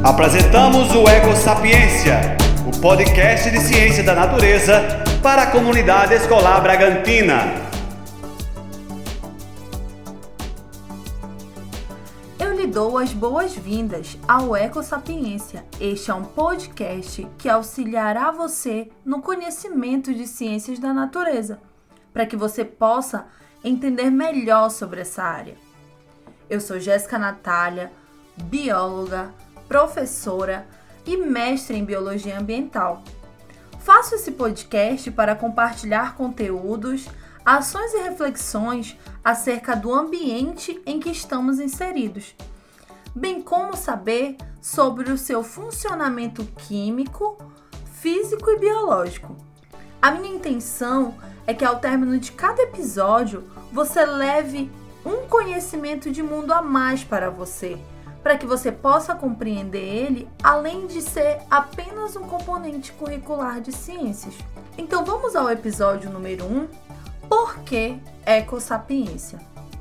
Apresentamos o Eco Sapiência, o podcast de ciência da natureza para a comunidade escolar bragantina. Eu lhe dou as boas-vindas ao Eco Sapiência. Este é um podcast que auxiliará você no conhecimento de ciências da natureza, para que você possa entender melhor sobre essa área. Eu sou Jéssica Natália, bióloga, professora e mestre em biologia ambiental. Faço esse podcast para compartilhar conteúdos, ações e reflexões acerca do ambiente em que estamos inseridos, bem como saber sobre o seu funcionamento químico, físico e biológico. A minha intenção é que ao término de cada episódio você leve um conhecimento de mundo a mais para você, para que você possa compreender ele, além de ser apenas um componente curricular de ciências. Então vamos ao episódio número 1, Por que Ecosapiência?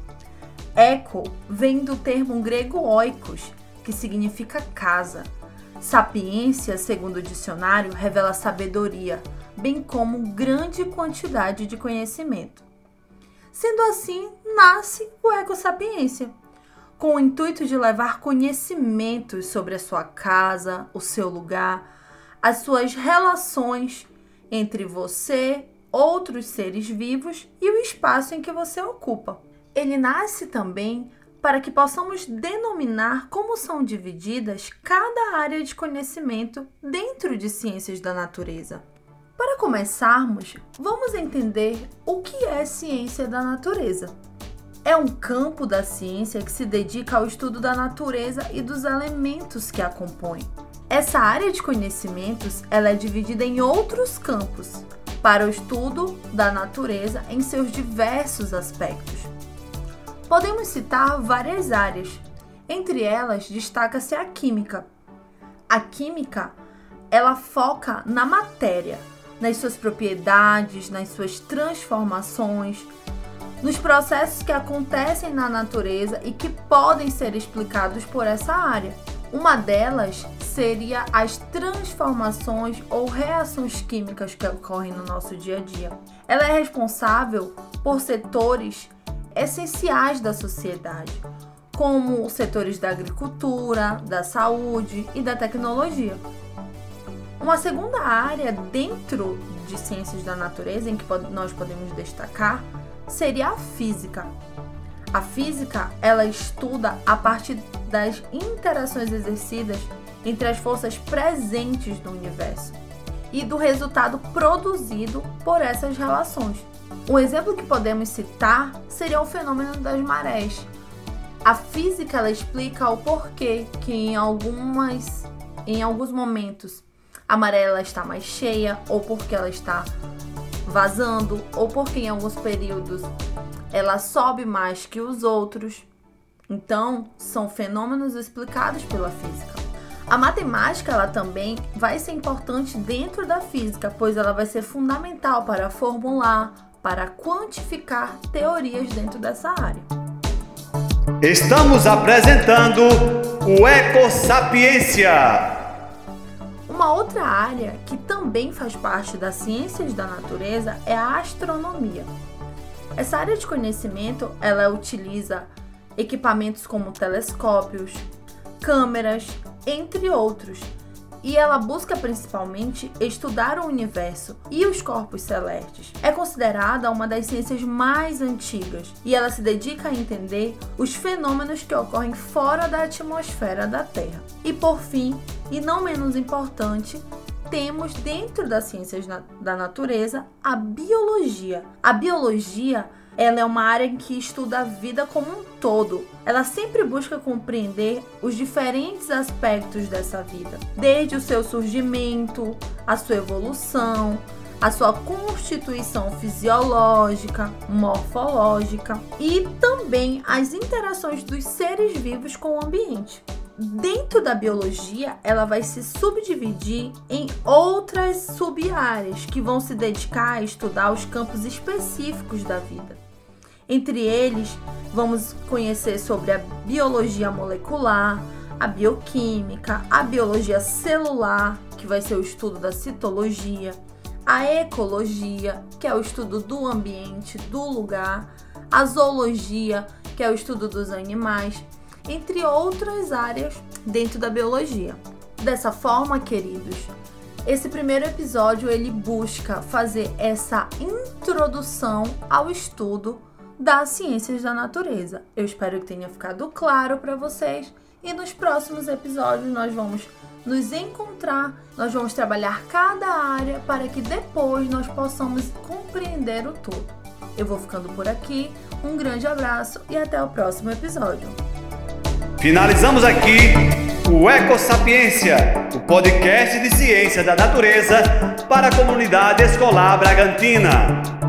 Eco vem do termo grego oikos, que significa casa. Sapiência, segundo o dicionário, revela sabedoria, bem como grande quantidade de conhecimento. Sendo assim, nasce o Ecosapiência, com o intuito de levar conhecimentos sobre a sua casa, o seu lugar, as suas relações entre você, outros seres vivos e o espaço em que você ocupa. Ele nasce também para que possamos denominar como são divididas cada área de conhecimento dentro de ciências da natureza. Para começarmos, vamos entender o que é ciência da natureza. É um campo da ciência que se dedica ao estudo da natureza e dos elementos que a compõem. Essa área de conhecimentos ela é dividida em outros campos para o estudo da natureza em seus diversos aspectos. Podemos citar várias áreas. Entre elas, destaca-se a química. A química, ela foca na matéria, nas suas propriedades, nas suas transformações, nos processos que acontecem na natureza e que podem ser explicados por essa área. Uma delas seria as transformações ou reações químicas que ocorrem no nosso dia a dia. Ela é responsável por setores essenciais da sociedade, como os setores da agricultura, da saúde e da tecnologia. Uma segunda área dentro de ciências da natureza em que nós podemos destacar seria a física. A física, ela estuda a partir das interações exercidas entre as forças presentes no universo e do resultado produzido por essas relações. Um exemplo que podemos citar seria o fenômeno das marés. A física, ela explica o porquê que em alguns momentos a maré ela está mais cheia, ou porque ela está vazando, ou porque em alguns períodos ela sobe mais que os outros. Então, são fenômenos explicados pela física. A matemática, ela também vai ser importante dentro da física, pois ela vai ser fundamental para formular, para quantificar teorias dentro dessa área. Estamos apresentando o Ecosapiência. Uma outra área que também faz parte das ciências da natureza é a astronomia. Essa área de conhecimento, ela utiliza equipamentos como telescópios, câmeras, entre outros, e ela busca principalmente estudar o universo e os corpos celestes. É considerada uma das ciências mais antigas e ela se dedica a entender os fenômenos que ocorrem fora da atmosfera da Terra. E por fim, e não menos importante, temos dentro das ciências da natureza a biologia. A biologia, ela é uma área em que estuda a vida como um todo. Ela sempre busca compreender os diferentes aspectos dessa vida, desde o seu surgimento, a sua evolução, a sua constituição fisiológica, morfológica e também as interações dos seres vivos com o ambiente. Dentro da biologia, ela vai se subdividir em outras sub-áreas que vão se dedicar a estudar os campos específicos da vida. Entre eles, vamos conhecer sobre a biologia molecular, a bioquímica, a biologia celular, que vai ser o estudo da citologia, a ecologia, que é o estudo do ambiente, do lugar, a zoologia, que é o estudo dos animais, entre outras áreas dentro da biologia. Dessa forma, queridos, esse primeiro episódio ele busca fazer essa introdução ao estudo das ciências da natureza. Eu espero que tenha ficado claro para vocês e nos próximos episódios nós vamos nos encontrar, nós vamos trabalhar cada área para que depois nós possamos compreender o todo. Eu vou ficando por aqui, um grande abraço e até o próximo episódio. Finalizamos aqui o Ecosapiência, o podcast de ciência da natureza para a comunidade escolar bragantina.